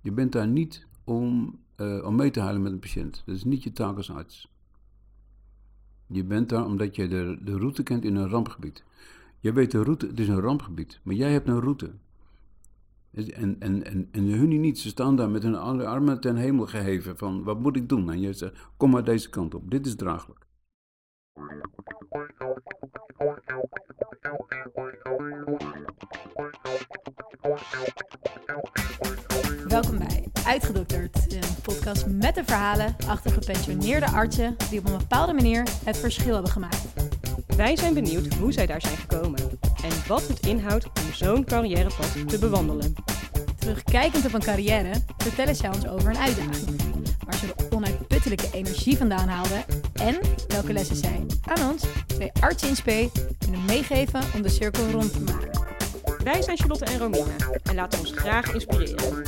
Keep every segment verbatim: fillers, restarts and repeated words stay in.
Je bent daar niet om, uh, om mee te huilen met een patiënt. Dat is niet je taak als arts. Je bent daar omdat je de, de route kent in een rampgebied. Jij weet de route, het is een rampgebied, maar jij hebt een route. En, en, en, en hun niet, ze staan daar met hun armen ten hemel geheven van, wat moet ik doen? En jij zegt, kom maar deze kant op, dit is draaglijk. Welkom bij Uitgedokterd, een podcast met de verhalen achter gepensioneerde artsen die op een bepaalde manier het verschil hebben gemaakt. Wij zijn benieuwd hoe zij daar zijn gekomen en wat het inhoudt om zo'n carrièrepad te bewandelen. Terugkijkend op een carrière vertellen zij ons over een uitdaging, waar ze de onuitputtelijke energie vandaan haalden en welke lessen zij aan ons, twee artsen in spe, kunnen meegeven om de cirkel rond te maken. Wij zijn Charlotte en Romina en laten ons graag inspireren.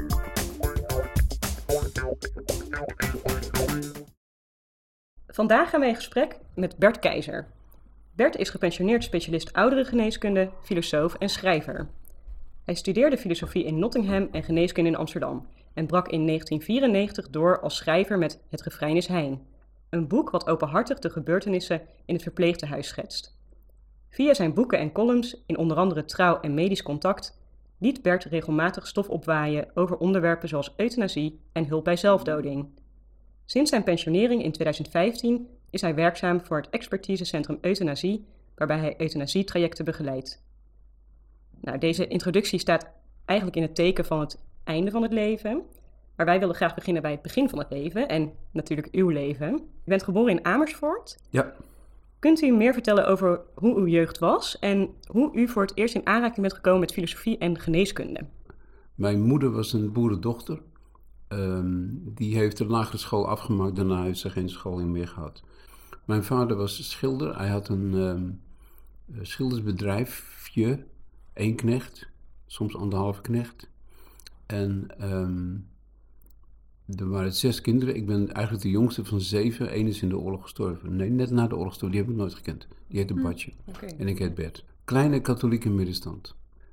Vandaag gaan wij in gesprek met Bert Keizer. Bert is gepensioneerd specialist ouderengeneeskunde, filosoof en schrijver. Hij studeerde filosofie in Nottingham en geneeskunde in Amsterdam en brak in negentien vierennegentig door als schrijver met Het refrein is Hein, een boek wat openhartig de gebeurtenissen in het verpleegtehuis schetst. Via zijn boeken en columns, in onder andere Trouw en Medisch Contact, liet Bert regelmatig stof opwaaien over onderwerpen zoals euthanasie en hulp bij zelfdoding. Sinds zijn pensionering in tweeduizend vijftien is hij werkzaam voor het expertisecentrum Euthanasie, waarbij hij euthanasietrajecten begeleidt. Nou, deze introductie staat eigenlijk in het teken van het einde van het leven, maar wij willen graag beginnen bij het begin van het leven en natuurlijk uw leven. U bent geboren in Amersfoort. Ja. Kunt u meer vertellen over hoe uw jeugd was en hoe u voor het eerst in aanraking bent gekomen met filosofie en geneeskunde? Mijn moeder was een boerendochter. Um, die heeft de lagere school afgemaakt, daarna heeft ze geen scholing meer gehad. Mijn vader was schilder, hij had een um, schildersbedrijfje, één knecht, soms anderhalf knecht. En um, er waren zes kinderen, ik ben eigenlijk de jongste van zeven, één is in de oorlog gestorven. Nee, net na de oorlog gestorven, die heb ik nooit gekend. Die heette Badje hm, okay. En ik heet Bert. Kleine katholieke middenstand.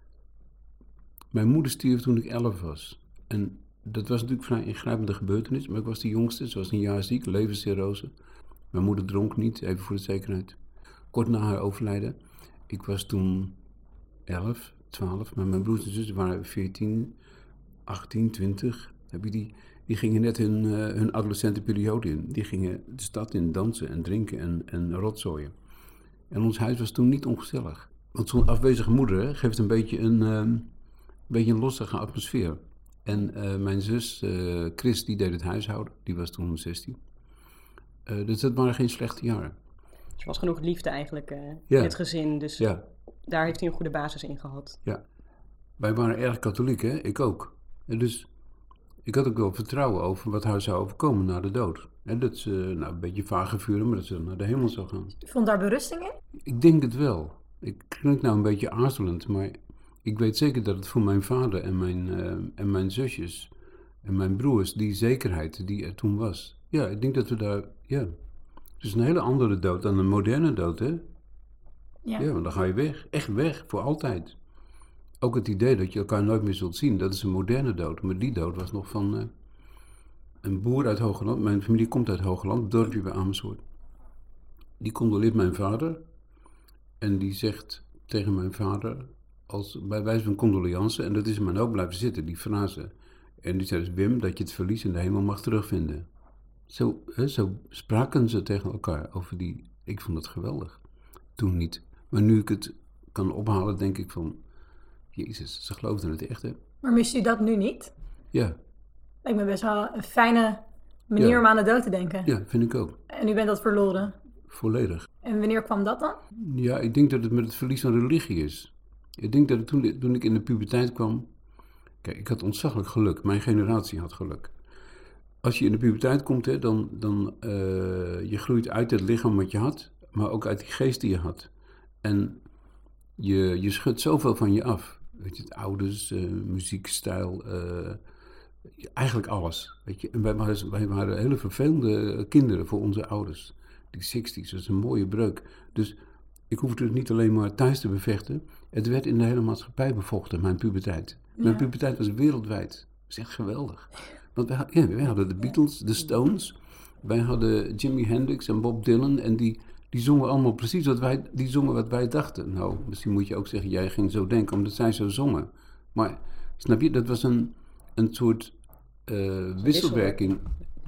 Mijn moeder stierf toen ik elf was. En dat was natuurlijk een vrij ingrijpende gebeurtenis, maar ik was de jongste, ze was een jaar ziek, levenscirrose. Mijn moeder dronk niet, even voor de zekerheid. Kort na haar overlijden, ik was toen elf, twaalf, maar mijn broers en zussen waren veertien, achttien, twintig. Heb je die, die gingen net hun, uh, hun adolescentenperiode in. Die gingen de stad in dansen en drinken en, en rotzooien. En ons huis was toen niet ongezellig. Want zo'n afwezige moeder hè, geeft een beetje een, uh, een beetje een lossige atmosfeer. En uh, mijn zus, uh, Chris, die deed het huishouden. Die was toen zestien. Uh, dus dat waren geen slechte jaren. Dus er was genoeg liefde eigenlijk uh, ja. in het gezin. Dus ja. Daar heeft hij een goede basis in gehad. Ja. Wij waren erg katholiek, hè? Ik ook. En dus ik had ook wel vertrouwen over wat haar zou overkomen na de dood. En dat ze, nou, een beetje vage vuren, maar dat ze naar de hemel zou gaan. Je vond daar berusting in? Ik denk het wel. Ik klink nou een beetje aarzelend, maar ik weet zeker dat het voor mijn vader en mijn, uh, en mijn zusjes en mijn broers, die zekerheid die er toen was. Ja, ik denk dat we daar, ja. Het is een hele andere dood dan een moderne dood, hè? Ja. Ja, want dan ga je weg. Echt weg, voor altijd. Ook het idee dat je elkaar nooit meer zult zien, dat is een moderne dood. Maar die dood was nog van uh, een boer uit Hogeland. Mijn familie komt uit Hogeland, een dorpje bij Amersfoort. Die condoleert mijn vader. En die zegt tegen mijn vader, als bij wijze van condoleance, en dat is in mijn hoofd blijven zitten, die frase. En die zei dus, Wim, dat je het verlies in de hemel mag terugvinden. Zo, hè, zo spraken ze tegen elkaar over die, ik vond het geweldig. Toen niet. Maar nu ik het kan ophalen, denk ik van, Jezus, ze geloofden het echt, hè. Maar mist u dat nu niet? Ja. Lijkt me best wel een fijne manier ja. om aan de dood te denken. Ja, vind ik ook. En u bent dat verloren? Volledig. En wanneer kwam dat dan? Ja, ik denk dat het met het verlies van religie is. Ik denk dat het toen, toen ik in de puberteit kwam, kijk, ik had ontzaglijk geluk. Mijn generatie had geluk. Als je in de puberteit komt, hè, dan, dan uh, je groeit uit het lichaam wat je had, maar ook uit die geest die je had. En je, je schudt zoveel van je af. Weet je, het ouders, uh, muziekstijl, uh, eigenlijk alles. Weet je. En wij waren, wij waren hele vervelende kinderen voor onze ouders. Die zestig's, dat is een mooie breuk. Dus ik hoefde het niet alleen maar thuis te bevechten. Het werd in de hele maatschappij bevochten, mijn puberteit. Mijn ja. puberteit was wereldwijd. is echt geweldig. Want wij, ja, wij hadden de Beatles, de Stones. Wij hadden Jimi Hendrix en Bob Dylan. En die, die zongen allemaal precies wat wij, die zongen wat wij dachten. Nou, misschien moet je ook zeggen, jij ging zo denken omdat zij zo zongen. Maar, snap je, dat was een, een soort uh, wisselwerking.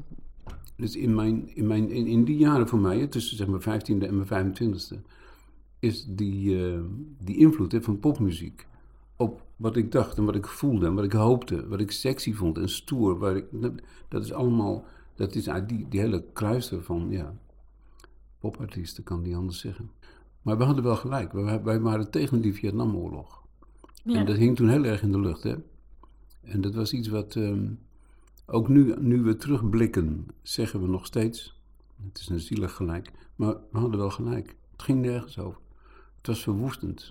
Dus in, mijn, in, mijn, in, in die jaren voor mij, tussen zeg maar vijftiende en mijn vijfentwintigste, is die, uh, die invloed hè, van popmuziek op wat ik dacht en wat ik voelde en wat ik hoopte, wat ik sexy vond en stoer. Waar ik, dat is allemaal, dat is die, die hele kruister van, ja, popartiesten, kan niet anders zeggen. Maar we hadden wel gelijk, wij, wij waren tegen die Vietnamoorlog. Ja. En dat hing toen heel erg in de lucht, hè. En dat was iets wat, um, ook nu, nu we terugblikken, zeggen we nog steeds, het is een zielig gelijk, maar we hadden wel gelijk. Het ging nergens over. Het was verwoestend.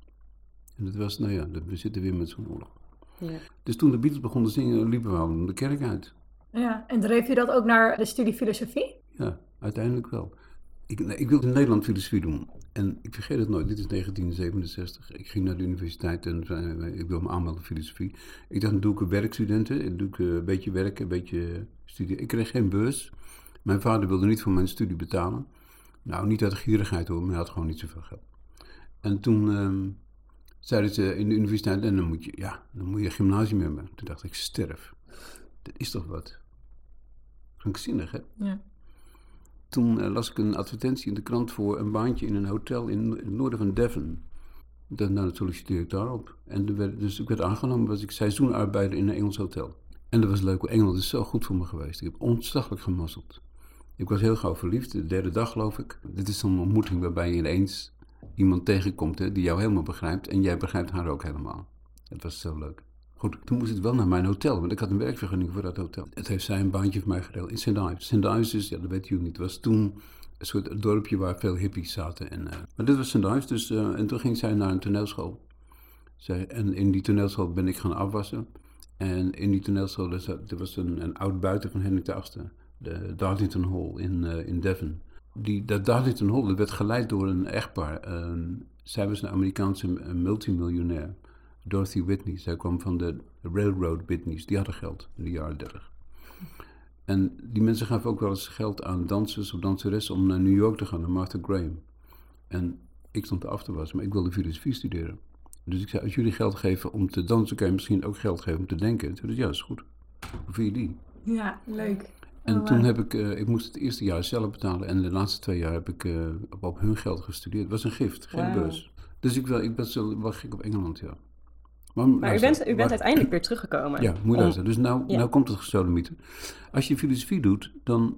En het was, nou ja, we zitten weer met zo'n oorlog. Ja. Dus toen de Beatles begonnen te zingen, liepen we al de kerk uit. Ja, en dreef je dat ook naar de studie filosofie? Ja, uiteindelijk wel. Ik, nee, ik wilde in Nederland filosofie doen. En ik vergeet het nooit, dit is negentien zevenenzestig. Ik ging naar de universiteit en uh, ik wilde me aanmelden filosofie. Ik dacht, dan doe ik een werkstudenten. Dan doe ik uh, een beetje werken, een beetje studie. Ik kreeg geen beurs. Mijn vader wilde niet voor mijn studie betalen. Nou, niet uit gierigheid hoor, maar hij had gewoon niet zoveel geld. En toen uh, zeiden ze in de universiteit, en dan moet je, ja, dan moet je gymnasium hebben. Toen dacht ik, sterf. Dat is toch wat? Krankzinnig, hè? Ja. Toen uh, las ik een advertentie in de krant voor een baantje in een hotel in, in het noorden van Devon. Dan, dan solliciteerde ik daarop. En werd, dus ik werd aangenomen, was ik seizoenarbeider in een Engels hotel. En dat was leuk, Engeland is zo goed voor me geweest. Ik heb ontzaglijk gemazzeld. Ik was heel gauw verliefd, de derde dag geloof ik. Dit is zo'n ontmoeting waarbij je ineens iemand tegenkomt hè, die jou helemaal begrijpt. En jij begrijpt haar ook helemaal. Het was zo leuk. Goed, toen moest ik wel naar mijn hotel, want ik had een werkvergunning voor dat hotel. Het heeft zij een baantje voor mij geregeld in Saint Ives. Saint Ives is, ja, dat weet jullie niet, was toen een soort dorpje waar veel hippies zaten. En, uh, maar dit was Saint Ives, dus, uh, en toen ging zij naar een toneelschool. Zij, en in die toneelschool ben ik gaan afwassen. En in die toneelschool, er was een, een oud buiten van Hendrik de Achtste, de Darlington Hall in, uh, in Devon. Die, dat Darlington Hall dat werd geleid door een echtpaar. Uh, zij was een Amerikaanse multimiljonair. Dorothy Whitney, zij kwam van de Railroad Whitneys, die hadden geld in de jaren dertig. En die mensen gaven ook wel eens geld aan dansers of danseressen om naar New York te gaan, naar Martha Graham. En ik stond er af te wassen, maar ik wilde filosofie studeren. Dus ik zei, als jullie geld geven om te dansen, kan je misschien ook geld geven om te denken. En toen zei ik, ja, dat is goed. Hoe vind je die? Ja, leuk. En oh, toen wow. heb ik, uh, ik moest het eerste jaar zelf betalen en de laatste twee jaar heb ik uh, op, op hun geld gestudeerd. Het was een gift, geen wow. beurs. Dus ik, wel, ik ben zo wel gek op Engeland, ja. Maar, maar luister, u bent, u bent waar, uiteindelijk weer teruggekomen. Ja, moet je luisteren. Dus nou, ja. nou komt het gesodemieter. Als je filosofie doet, dan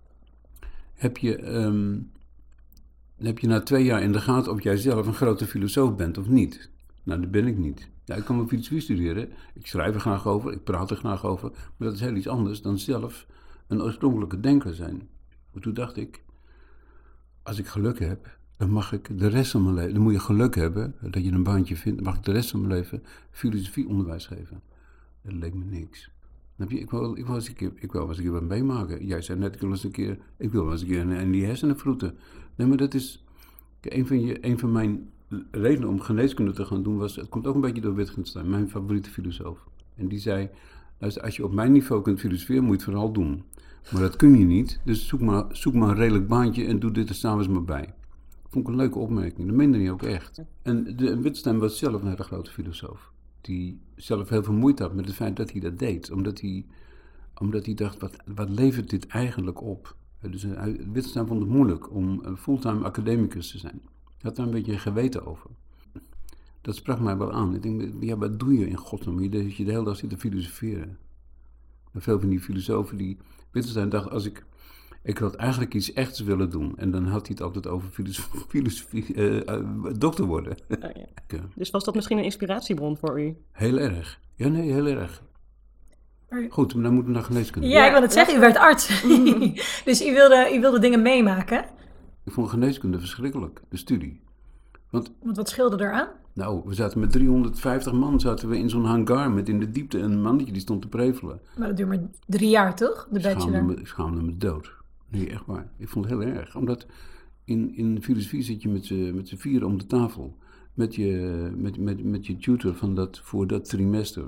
heb je, um, dan heb je na twee jaar in de gaten of jij zelf een grote filosoof bent of niet. Nou, dat ben ik niet. Ja, ik kan mijn filosofie studeren. Ik schrijf er graag over, ik praat er graag over. Maar dat is heel iets anders dan zelf een oorspronkelijke denker zijn. Maar toen dacht ik, als ik geluk heb, dan mag ik de rest van mijn leven, dan moet je geluk hebben dat je een baantje vindt, dan mag ik de rest van mijn leven filosofieonderwijs geven. Dat leek me niks. Ik wil, ik wil eens een keer, ik wil eens een keer wat meemaken. Jij zei net, ik wil eens een keer, ik wil eens een keer in die hersenen vroeten. Nee, maar dat is, een van, je, een van mijn redenen om geneeskunde te gaan doen was, het komt ook een beetje door Wittgenstein, mijn favoriete filosoof. En die zei, luister, als je op mijn niveau kunt filosoferen, moet je het vooral doen. Maar dat kun je niet, dus zoek maar, zoek maar een redelijk baantje en doe dit er s'avonds maar bij. Vond ik een leuke opmerking, dat meende hij ook echt. En de, Wittgenstein was zelf een hele grote filosoof. Die zelf heel veel moeite had met het feit dat hij dat deed. Omdat hij, omdat hij dacht, wat, wat levert dit eigenlijk op? Dus hij, Wittgenstein vond het moeilijk om een fulltime academicus te zijn. Hij had daar een beetje een geweten over. Dat sprak mij wel aan. Ik denk, ja, wat doe je in godsnaam? Je dat je de hele dag zit te filosoferen. En veel van die filosofen die... Wittgenstein dacht, als ik... Ik had eigenlijk iets echts willen doen. En dan had hij het altijd over filosofie, filosofie uh, uh, dokter worden. Oh, ja. Ja. Dus was dat misschien een inspiratiebron voor u? Heel erg. Ja, nee, heel erg. Goed, maar dan moeten we naar geneeskunde. Ja, ik wil het zeggen, u werd arts. Dus u wilde, u wilde dingen meemaken? Ik vond geneeskunde verschrikkelijk, de studie. Want, Want wat scheelde eraan? Nou, we zaten met driehonderdvijftig man zaten we in zo'n hangar met in de diepte een mannetje die stond te prevelen. Maar dat duurt maar drie jaar, toch? De bachelor. Ik schaamde me dood. Nee, echt waar. Ik vond het heel erg. Omdat in, in filosofie zit je met z'n, met z'n vieren om de tafel. Met je, met, met, met je tutor van dat, voor dat trimester.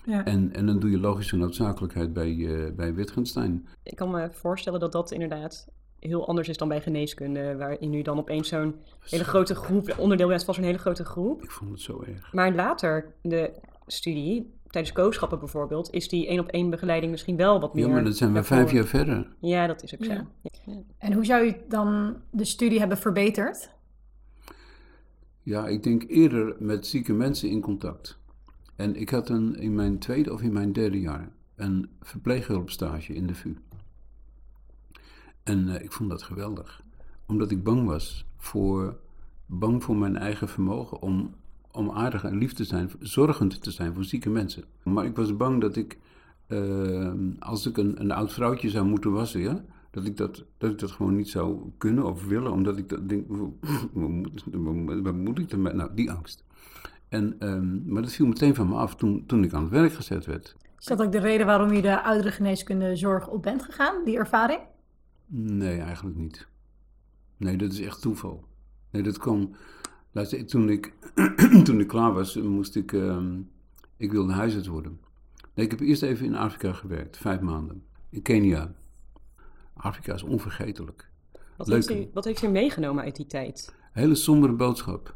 Ja. En, en dan doe je logische noodzakelijkheid bij, uh, bij Wittgenstein. Ik kan me voorstellen dat dat inderdaad heel anders is dan bij geneeskunde, waarin nu dan opeens zo'n hele grote groep, onderdeel bent van zo'n hele grote groep. Ik vond het zo erg. Maar later, de studie, tijdens kooschappen bijvoorbeeld, is die één op één begeleiding misschien wel wat meer. Ja, maar dat zijn we daarvoor. vijf jaar verder. Ja, dat is ook zo. Ja. Ja. En hoe zou u dan de studie hebben verbeterd? Ja, ik denk eerder met zieke mensen in contact. En ik had een, in mijn tweede of in mijn derde jaar een verpleeghulpstage in de V U. En uh, ik vond dat geweldig. Omdat ik bang was voor, bang voor mijn eigen vermogen om, om aardig en lief te zijn, zorgend te zijn voor zieke mensen. Maar ik was bang dat ik, uh, als ik een, een oud vrouwtje zou moeten wassen, ja, dat ik dat, dat ik dat gewoon niet zou kunnen of willen. Omdat ik dat denk, wat moet ik ermee? Nou, die angst. En, um, maar dat viel meteen van me af toen, toen ik aan het werk gezet werd. Is dat ook de reden waarom u de oudere geneeskunde zorg op bent gegaan, die ervaring? Nee, eigenlijk niet. Nee, dat is echt toeval. Nee, dat kwam... Luister, toen ik, toen ik klaar was, moest ik... Um, ik wilde huisarts worden. Nee, ik heb eerst even in Afrika gewerkt, vijf maanden. In Kenia. Afrika is onvergetelijk. Wat heeft, u, wat heeft u meegenomen uit die tijd? Hele sombere boodschap.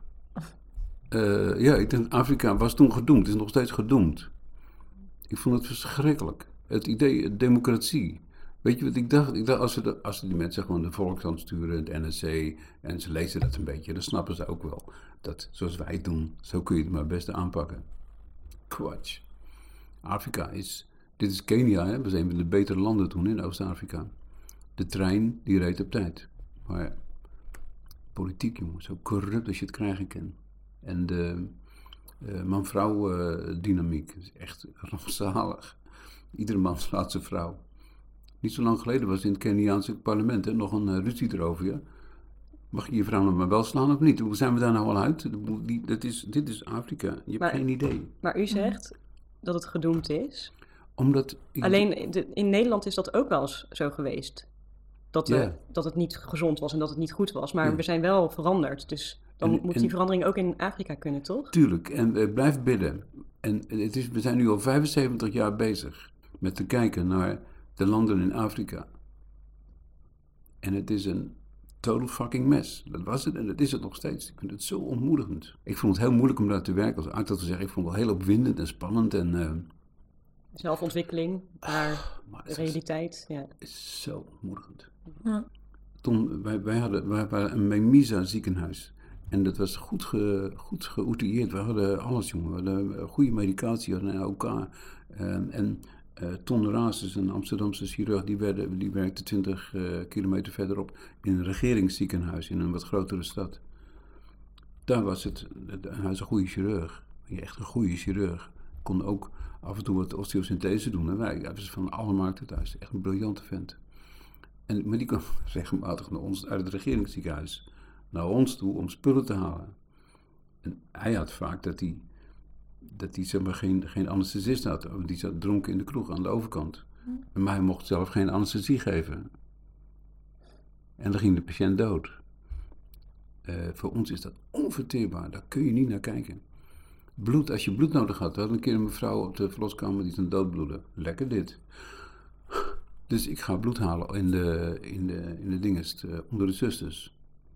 Uh, ja, ik denk, Afrika was toen gedoemd, is nog steeds gedoemd. Ik vond het verschrikkelijk. Het idee, democratie. Weet je wat ik dacht? Ik dacht, als ze, de, als ze die mensen gewoon de Volkskrant sturen, het N R C, en ze lezen dat een beetje, dan snappen ze ook wel dat, zoals wij het doen, zo kun je het maar het beste aanpakken. Kwatsch. Afrika is, dit is Kenia, hè? We zijn een van de betere landen toen in Oost-Afrika. De trein, die reed op tijd. Maar politiek, jongen, zo corrupt als je het krijgen kan. En de uh, man-vrouw uh, dynamiek is echt rampzalig. Iedere man slaat zijn vrouw. Niet zo lang geleden was in het Keniaanse parlement hè, nog een uh, ruzie erover. Ja? Mag je je vrouw nog maar wel slaan of niet? Hoe zijn we daar nou al uit? Die, dat is, dit is Afrika. Je hebt maar, geen idee. Maar u zegt dat het gedoemd is. Omdat ik... Alleen de, in Nederland is dat ook wel eens zo geweest. Dat, yeah. uh, dat het niet gezond was en dat het niet goed was. Maar yeah. we zijn wel veranderd. Dus dan en, moet en, die verandering ook in Afrika kunnen, toch? Tuurlijk. En uh, blijf bidden. En het is, we zijn nu al vijfenzeventig jaar bezig met te kijken naar de landen in Afrika. En het is een total fucking mess. Dat was het en dat is het nog steeds. Ik vind het zo ontmoedigend. Ik vond het heel moeilijk om daar te werken als arts te zeggen. Ik vond het wel heel opwindend en spannend en... Uh, zelfontwikkeling naar oh, maar de realiteit. Het ja. is zo ontmoedigend. Ja. Toen, wij, wij hadden wij waren een Memisa ziekenhuis. En dat was goed, ge, goed geoutilleerd. We hadden alles, jongen. We hadden goede medicatie, we hadden een O K. Uh, en uh, Ton Raas is een Amsterdamse chirurg. Die, werd, die werkte twintig uh, kilometer verderop in een regeringsziekenhuis in een wat grotere stad. Daar was het, hij was een goede chirurg. Echt een goede chirurg. Kon ook af en toe wat osteosynthese doen. En wij, hij was van alle markten thuis. Echt een briljante vent. En, maar die kwam regelmatig naar ons uit het regeringsziekenhuis. Naar ons toe om spullen te halen. En hij had vaak dat hij, dat hij zeg maar, geen, geen anesthesist had. Die zat dronken in de kroeg aan de overkant. Hm. Maar hij mocht zelf geen anesthesie geven. En dan ging de patiënt dood. Uh, voor ons is dat onverteerbaar. Daar kun je niet naar kijken. Bloed, als je bloed nodig had. We hadden een keer een mevrouw op de verloskamer die zijn doodbloeden. Lekker dit. Dus ik ga bloed halen in de, in de, in de dingest, uh, onder de zusters.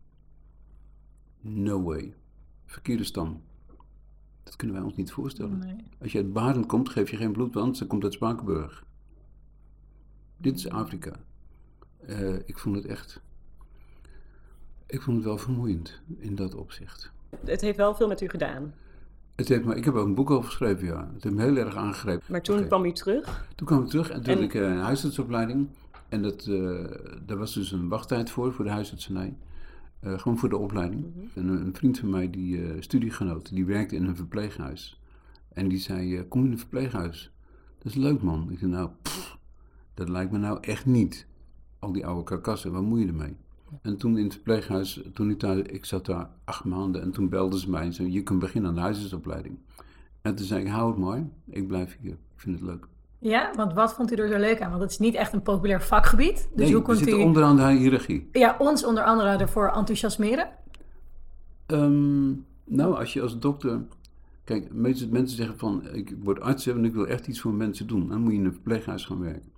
No way. Verkeerde stam. Dat kunnen wij ons niet voorstellen. Nee. Als je uit Barend komt, geef je geen bloed, want ze komt uit Spakenburg. Dit is Afrika. Uh, ik vond het echt... Ik vond het wel vermoeiend in dat opzicht. Het heeft wel veel met u gedaan. Het heeft me, ik heb ook een boek over geschreven, ja. Het heeft me heel erg aangegrepen. Maar toen okay. kwam u terug? Toen kwam ik terug en toen en... had ik een huisartsopleiding. En dat, uh, daar was dus een wachttijd voor, voor de huisartsenij. Uh, gewoon voor de opleiding. Mm-hmm. En een, een vriend van mij, die uh, studiegenoot, die werkte in een verpleeghuis. En die zei, uh, kom in een verpleeghuis. Dat is leuk, man. Ik zei, nou, pff, dat lijkt me nou echt niet. Al die oude karkassen, waar moet je ermee? En toen in het verpleeghuis, toen ik daar, ik zat daar acht maanden en toen belden ze mij en zeiden, je kunt beginnen aan de huisartsopleiding. En toen zei ik, hou het maar, ik blijf hier, ik vind het leuk. Ja, want wat vond u er zo leuk aan? Want het is niet echt een populair vakgebied. Dus nee, hoe we zitten u... onderaan de hiërarchie. Ja, ons onder andere ervoor enthousiasmeren? Um, nou, als je als dokter... Kijk, Kijk, meestal mensen zeggen van, ik word arts en ik wil echt iets voor mensen doen. Dan moet je in een verpleeghuis gaan werken.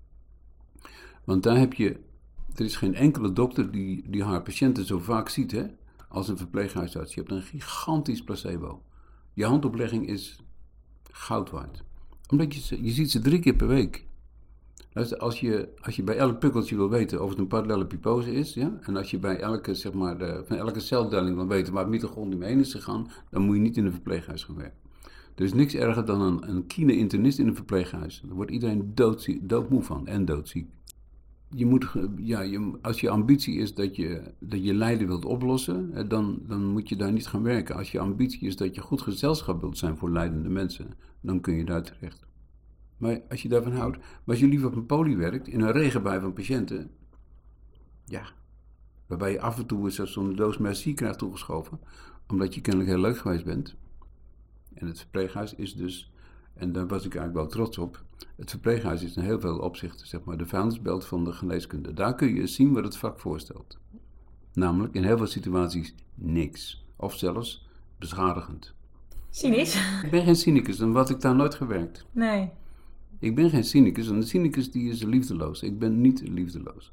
Want daar heb je, er is geen enkele dokter die, die haar patiënten zo vaak ziet, hè, als een verpleeghuisarts. Je hebt een gigantisch placebo. Je handoplegging is goud waard. Omdat je, ze, je ziet ze drie keer per week. Als je, als je bij elk pukkeltje wil weten of het een parallellepipose is, ja, en als je bij elke, zeg maar, de, van elke celdeling wil weten waar het mitochondrium heen is gegaan, dan moet je niet in een verpleeghuis gaan werken. Er is niks erger dan een, een kine-internist in een verpleeghuis. Daar wordt iedereen doodzie, doodmoe van en doodziek. Je moet, ja, je, als je ambitie is dat je, dat je lijden wilt oplossen, dan, dan moet je daar niet gaan werken. Als je ambitie is dat je goed gezelschap wilt zijn voor lijdende mensen, dan kun je daar terecht. Maar als je daarvan houdt, maar als je liever op een poli werkt, in een regenbui van patiënten, ja, waarbij je af en toe eens zo'n doos merci krijgt toegeschoven, omdat je kennelijk heel leuk geweest bent. En het verpleeghuis is dus, en daar was ik eigenlijk wel trots op, het verpleeghuis is in heel veel opzichten, zeg maar, de vuilnisbelt van de geneeskunde. Daar kun je zien wat het vak voorstelt. Namelijk in heel veel situaties niks, of zelfs beschadigend. Cynisch? Ik ben geen cynicus, dan had ik daar nooit gewerkt. Nee. Ik ben geen cynicus, en een cynicus die is liefdeloos. Ik ben niet liefdeloos.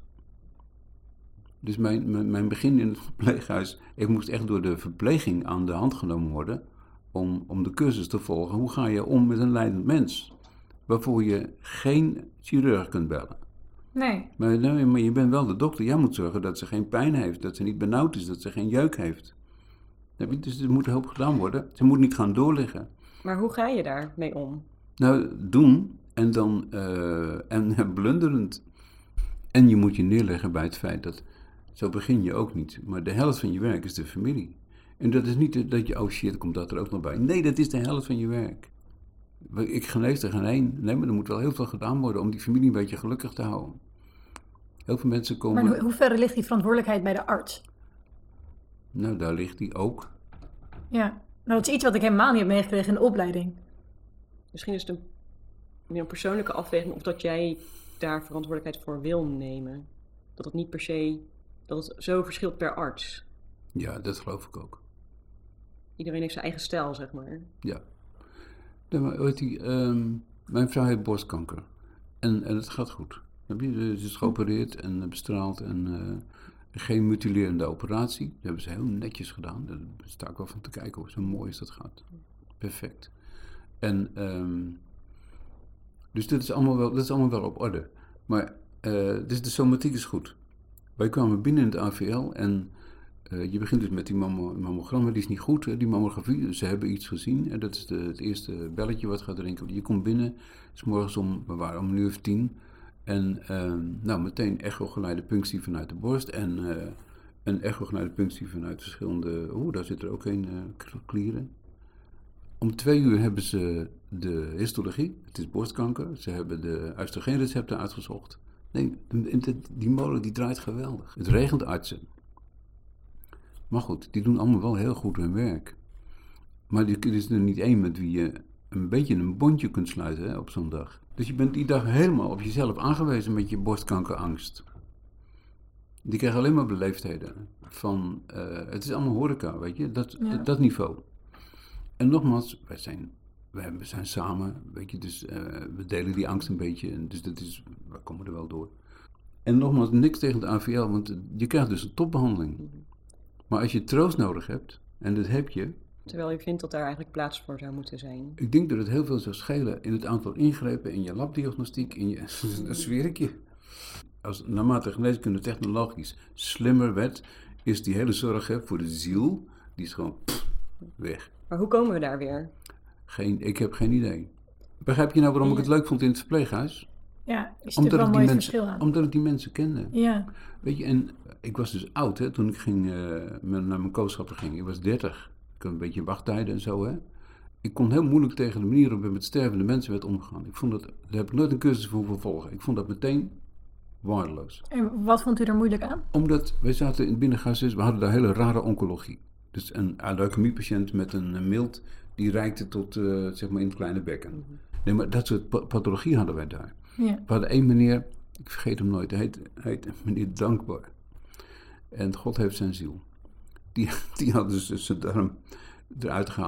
Dus mijn, mijn, mijn begin in het verpleeghuis, ik moest echt door de verpleging aan de hand genomen worden om, om de cursus te volgen. Hoe ga je om met een lijdend mens? Waarvoor je geen chirurg kunt bellen. Nee. Maar, nee, maar je bent wel de dokter. Jij moet zorgen dat ze geen pijn heeft, dat ze niet benauwd is, dat ze geen jeuk heeft. Dus er moet hulp gedaan worden. Ze moet niet gaan doorliggen. Maar hoe ga je daarmee om? Nou, doen en dan uh, en blunderend. En je moet je neerleggen bij het feit dat, zo begin je ook niet, maar de helft van je werk is de familie. En dat is niet dat je, oh shit, komt dat er ook nog bij. Nee, dat is de helft van je werk. Ik genees er geen één. Nee, maar er moet wel heel veel gedaan worden om die familie een beetje gelukkig te houden. Heel veel mensen komen... Maar in hoeverre ligt die verantwoordelijkheid bij de arts? Nou, daar ligt die ook. Ja, nou dat is iets wat ik helemaal niet heb meegekregen in de opleiding. Misschien is het een, meer een persoonlijke afweging of dat jij daar verantwoordelijkheid voor wil nemen. Dat het niet per se, dat het zo verschilt per arts. Ja, dat geloof ik ook. Iedereen heeft zijn eigen stijl, zeg maar. Ja. Nee, maar weet je, um, mijn vrouw heeft borstkanker. En, en het gaat goed. Ze is geopereerd en bestraald en uh, geen mutilerende operatie. Dat hebben ze heel netjes gedaan. Daar sta ik wel van te kijken hoe zo mooi is dat gaat. Perfect. En um, dus dit is allemaal wel, dat is allemaal wel op orde. Maar uh, dus de somatiek is goed. Wij kwamen binnen in het A V L en uh, je begint dus met die mammogram, maar die is niet goed, hè, die mammografie. Ze hebben iets gezien en dat is de, het eerste belletje wat gaat rinkelen. Je komt binnen, s morgens om, we waren om een uur of tien. En uh, nou, meteen echo-geleide punctie vanuit de borst en uh, een echo-geleide punctie vanuit verschillende, oeh, daar zit er ook een uh, klieren. Om twee uur hebben ze de histologie, het is borstkanker. Ze hebben de oestrogeenrecepten uitgezocht. Nee, die molen die draait geweldig. Het regent artsen. Maar goed, die doen allemaal wel heel goed hun werk. Maar er is er niet één met wie je een beetje een bondje kunt sluiten, hè, op zo'n dag. Dus je bent die dag helemaal op jezelf aangewezen met je borstkankerangst. Die krijgen alleen maar beleefdheden. Van, uh, het is allemaal horeca, weet je, dat, ja. dat, dat niveau. En nogmaals, wij zijn, wij zijn samen, weet je, dus uh, we delen die angst een beetje. En dus dat is, we komen er wel door. En nogmaals, niks tegen de A V L, want je krijgt dus een topbehandeling. Maar als je troost nodig hebt, en dat heb je... Terwijl je vindt dat daar eigenlijk plaats voor zou moeten zijn. Ik denk dat het heel veel zou schelen in het aantal ingrepen, in je labdiagnostiek, in je... dat zweer ik je. Als naarmate geneeskunde technologisch slimmer werd, is die hele zorg hè, voor de ziel, die is gewoon pff, weg. Maar hoe komen we daar weer? Geen, ik heb geen idee. Begrijp je nou waarom ik het leuk vond in het verpleeghuis? Ja, is omdat er wel ik mooi die verschil mensen, aan. Omdat ik die mensen kende. Ja. Weet je, en ik was dus oud hè, toen ik ging, uh, naar mijn kooschappen ging. Ik was dertig. Ik had een beetje wachttijden en zo hè. Ik kon heel moeilijk tegen de manier waarop ik met stervende mensen werd omgegaan. Ik vond dat, daar heb ik nooit een cursus voor vervolgen. Ik vond dat meteen waardeloos. En wat vond u er moeilijk aan? Omdat wij zaten in het binnengases, we hadden daar hele rare oncologie. Dus een leukemiepatiënt met een mild die reikte tot uh, zeg maar in het kleine bekken. Nee, maar dat soort pathologie hadden wij daar. Ja. We hadden één meneer, ik vergeet hem nooit, hij heet, hij heet meneer Dankbaar. En God heeft zijn ziel. Die, die had dus zijn darm eruit gehaald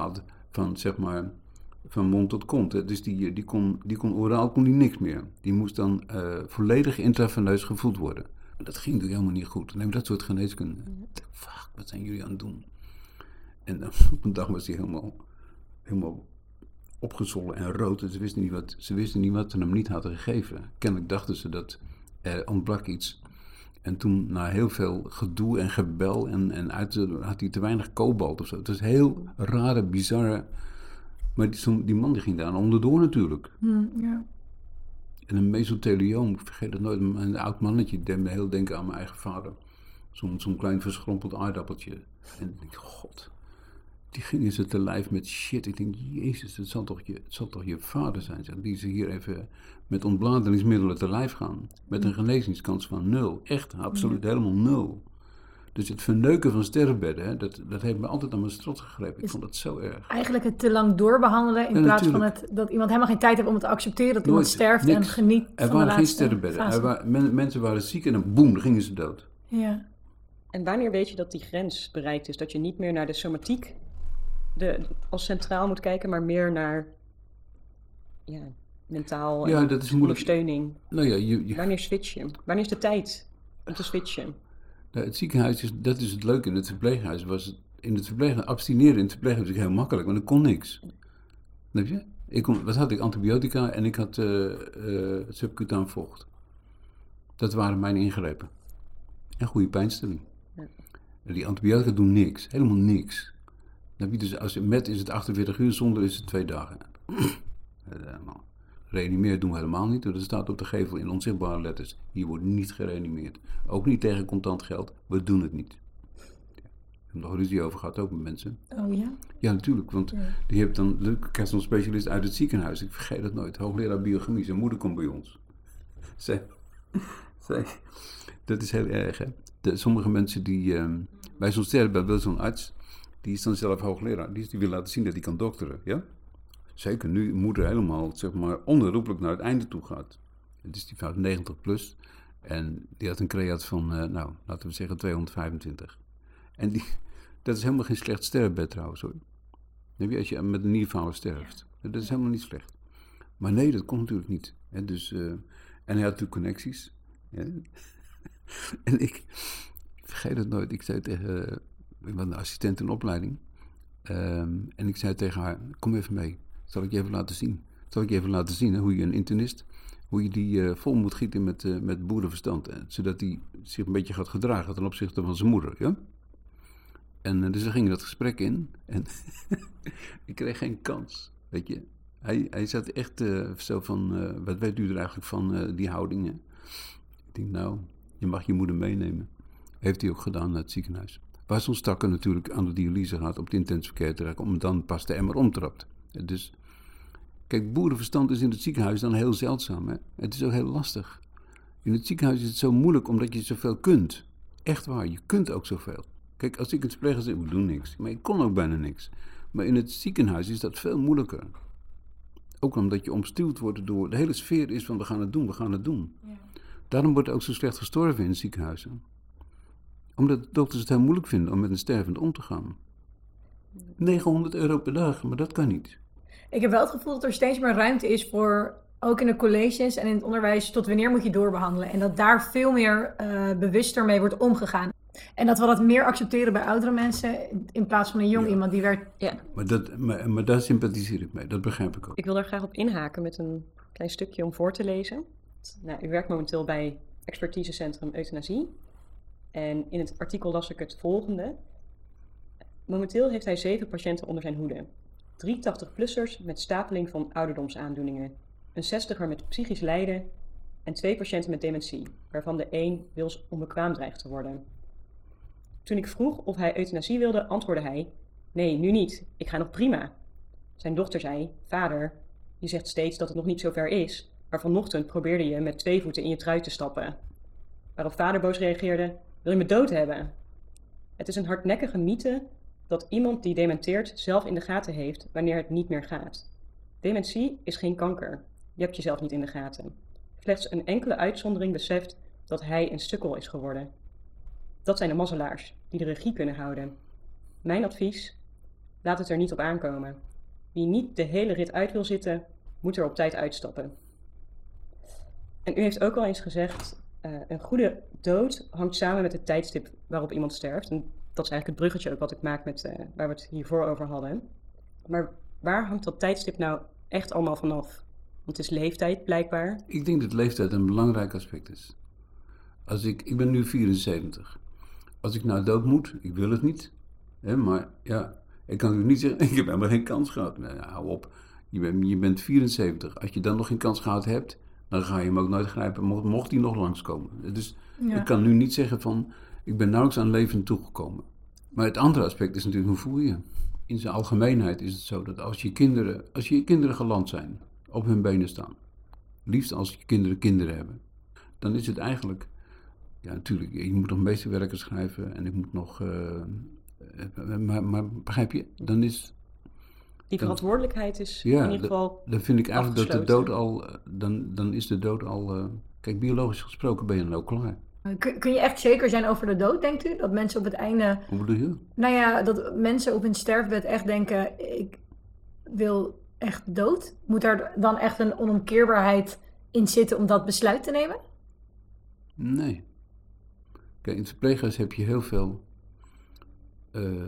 van zeg maar, van mond tot kont. Hè. Dus die, die, kon, die kon oraal kon die niks meer. Die moest dan uh, volledig intraveneus gevoed worden. Maar dat ging natuurlijk helemaal niet goed. Neem dat soort geneeskunde. Fuck, wat zijn jullie aan het doen? En dan, op een dag was hij helemaal, helemaal opgezwollen en rood. En ze wisten niet wat ze wisten niet wat ze hem niet hadden gegeven. Kennelijk dachten ze dat er ontbrak iets. En toen, na heel veel gedoe en gebel, en, en uit, had hij te weinig kobalt of zo. Het was heel rare, bizarre. Maar die, die man die ging daar onderdoor natuurlijk. Mm, ja. En een mesothelioom, ik vergeet het nooit, een oud mannetje, deed me heel denken aan mijn eigen vader. Zo'n, zo'n klein verschrompeld aardappeltje. En ik denk, god, die gingen ze te lijf met shit. Ik denk, jezus, het zal toch je, het zal toch je vader zijn, zeg, die ze hier even met ontbladelingsmiddelen te lijf gaan. Met een genezingskans van nul. Echt, absoluut, helemaal nul. Dus het verneuken van sterfbedden, hè, dat, dat heeft me altijd aan mijn strot gegrepen. Ik dus vond dat zo erg. Eigenlijk het te lang doorbehandelen in ja, plaats natuurlijk. van het, dat iemand helemaal geen tijd heeft om het te accepteren dat iemand Nooit, sterft niks. en geniet Er van de waren geen laatste sterfbedden. fase. Er waren, men, mensen waren ziek en dan boem, dan gingen ze dood. Ja. En wanneer weet je dat die grens bereikt is? Dat je niet meer naar de somatiek de, als centraal moet kijken, maar meer naar ja, mentaal Ja, en dat is moeilijk. ondersteuning. Nou ja, je, je, Wanneer switch je? Wanneer is de tijd om te switchen? nou, het ziekenhuis, is, dat is het leuke. In het verpleeghuis was het, in het verpleeghuis, abstineren in het verpleeghuis was heel makkelijk, want ik kon niks. Snap je? Ik kon, wat had ik? Antibiotica en ik had uh, uh, subcutaan vocht. Dat waren mijn ingrepen. En goede pijnstilling. Ja. Die antibiotica doen niks. Helemaal niks. Dan dus als met is het achtenveertig uur, zonder is het twee dagen. Helemaal. Reanimeren doen we helemaal niet. Dat staat op de gevel in onzichtbare letters. Hier wordt niet gereanimeerd. Ook niet tegen contant geld. We doen het niet. Ja. Ik heb nog ruzie over gehad, ook met mensen. Oh ja? Ja, natuurlijk. Want Ja. die hebt dan, ik krijg zo'n specialist uit het ziekenhuis. Ik vergeet het nooit. Hoogleraar biochemie. Zijn moeder komt bij ons. Zij, zij, dat is heel erg, hè. De, sommige mensen die, um, bij zo'n sterrenbed wil zo'n arts, die is dan zelf hoogleraar. Die, die wil laten zien dat hij kan dokteren, ja. Zeker nu moeder helemaal, zeg maar, onherroepelijk naar het einde toe gaat. Dus die was negentig plus. En die had een creat van, uh, nou, laten we zeggen tweehonderdvijfentwintig. En die, dat is helemaal geen slecht sterrenbed trouwens, hoor. Als je met een nierfalen sterft. Dat is helemaal niet slecht. Maar nee, dat komt natuurlijk niet. Hè, dus, uh, en hij had natuurlijk connecties. Ja. En ik, ik vergeet het nooit. Ik zei tegen, uh, ik was een assistent in opleiding. Um, en ik zei tegen haar, kom even mee. Zal ik je even laten zien. Zal ik je even laten zien, hè, hoe je een internist, hoe je die uh, vol moet gieten met, uh, met boerenverstand. Hè, zodat hij zich een beetje gaat gedragen ten opzichte van zijn moeder. Ja? En uh, dus we gingen dat gesprek in. En ik kreeg geen kans, weet je. Hij, hij zat echt uh, zo van, uh, wat weet u er eigenlijk van uh, die houdingen? Ik denk, nou, je mag je moeder meenemen. Heeft hij ook gedaan naar het ziekenhuis. Waar zo'n stakker natuurlijk aan de dialyse gaat op de intensive care terecht, om dan pas de emmer omtrapt. Dus, kijk, boerenverstand is in het ziekenhuis dan heel zeldzaam. Hè? Het is ook heel lastig. In het ziekenhuis is het zo moeilijk omdat je zoveel kunt. Echt waar, je kunt ook zoveel. Kijk, als ik in het verpleeghuis zeg, ik doe niks. Maar ik kon ook bijna niks. Maar in het ziekenhuis is dat veel moeilijker. Ook omdat je omstuwd wordt door... De hele sfeer is van, we gaan het doen, we gaan het doen. Ja. Daarom wordt ook zo slecht gestorven in het ziekenhuis. Hè? Omdat de dokters het heel moeilijk vinden om met een stervend om te gaan. negenhonderd euro per dag, maar dat kan niet. Ik heb wel het gevoel dat er steeds meer ruimte is voor, ook in de colleges en in het onderwijs, tot wanneer moet je doorbehandelen. En dat daar veel meer uh, bewuster mee wordt omgegaan. En dat we dat meer accepteren bij oudere mensen in plaats van een jong ja. iemand die werd... Ja. Maar, dat, maar, maar daar sympathiseer ik mee, dat begrijp ik ook. Ik wil daar graag op inhaken met een klein stukje om voor te lezen. Nou, u werkt momenteel bij Expertisecentrum Euthanasie. En in het artikel las ik het volgende. Momenteel heeft hij zeven patiënten onder zijn hoede. Drie tachtig-plussers met stapeling van ouderdomsaandoeningen. Een zestiger met psychisch lijden. En twee patiënten met dementie, waarvan de een wils onbekwaam dreigt te worden. Toen ik vroeg of hij euthanasie wilde, antwoordde hij... Nee, nu niet. Ik ga nog prima. Zijn dochter zei... Vader, je zegt steeds dat het nog niet zover is... maar vanochtend probeerde je met twee voeten in je trui te stappen. Waarop vader boos reageerde... Wil je me dood hebben? Het is een hardnekkige mythe dat iemand die dementeert zelf in de gaten heeft wanneer het niet meer gaat. Dementie is geen kanker. Je hebt jezelf niet in de gaten. Slechts een enkele uitzondering beseft dat hij een sukkel is geworden. Dat zijn de mazzelaars die de regie kunnen houden. Mijn advies? Laat het er niet op aankomen. Wie niet de hele rit uit wil zitten, moet er op tijd uitstappen. En u heeft ook al eens gezegd, uh, een goede dood hangt samen met het tijdstip waarop iemand sterft. En dat is eigenlijk het bruggetje ook wat ik maak met uh, waar we het hiervoor over hadden. Maar waar hangt dat tijdstip nou echt allemaal vanaf? Want het is leeftijd, blijkbaar. Ik denk dat leeftijd een belangrijk aspect is. Als ik, ik ben nu vierenzeventig. Als ik nou dood moet, ik wil het niet. Hè, maar ja, ik kan u niet zeggen, ik heb helemaal geen kans gehad. Nou, hou op, je bent, je bent vierenzeventig. Als je dan nog geen kans gehad hebt, dan ga je hem ook nooit grijpen, mocht, mocht hij nog langskomen. Dus ja. Ik kan nu niet zeggen van, ik ben nauwelijks aan leven toegekomen. Maar het andere aspect is natuurlijk, hoe voel je je? In zijn algemeenheid is het zo dat als je kinderen, als je kinderen geland zijn, op hun benen staan, liefst als je kinderen kinderen hebben, dan is het eigenlijk, ja natuurlijk, je moet nog meesterwerken schrijven en ik moet nog, uh, maar, maar begrijp je, dan is... Die verantwoordelijkheid is ja, in ieder geval dan vind ik eigenlijk dat de dood al, dan, dan is de dood al, uh, kijk, biologisch gesproken ben je dan ook klaar. Kun, kun je echt zeker zijn over de dood, denkt u? Dat mensen op het einde... Hoe bedoel je? Nou ja, dat mensen op hun sterfbed echt denken, ik wil echt dood. Moet daar dan echt een onomkeerbaarheid in zitten om dat besluit te nemen? Nee. Kijk, in het verpleeghuis heb je heel veel... Uh,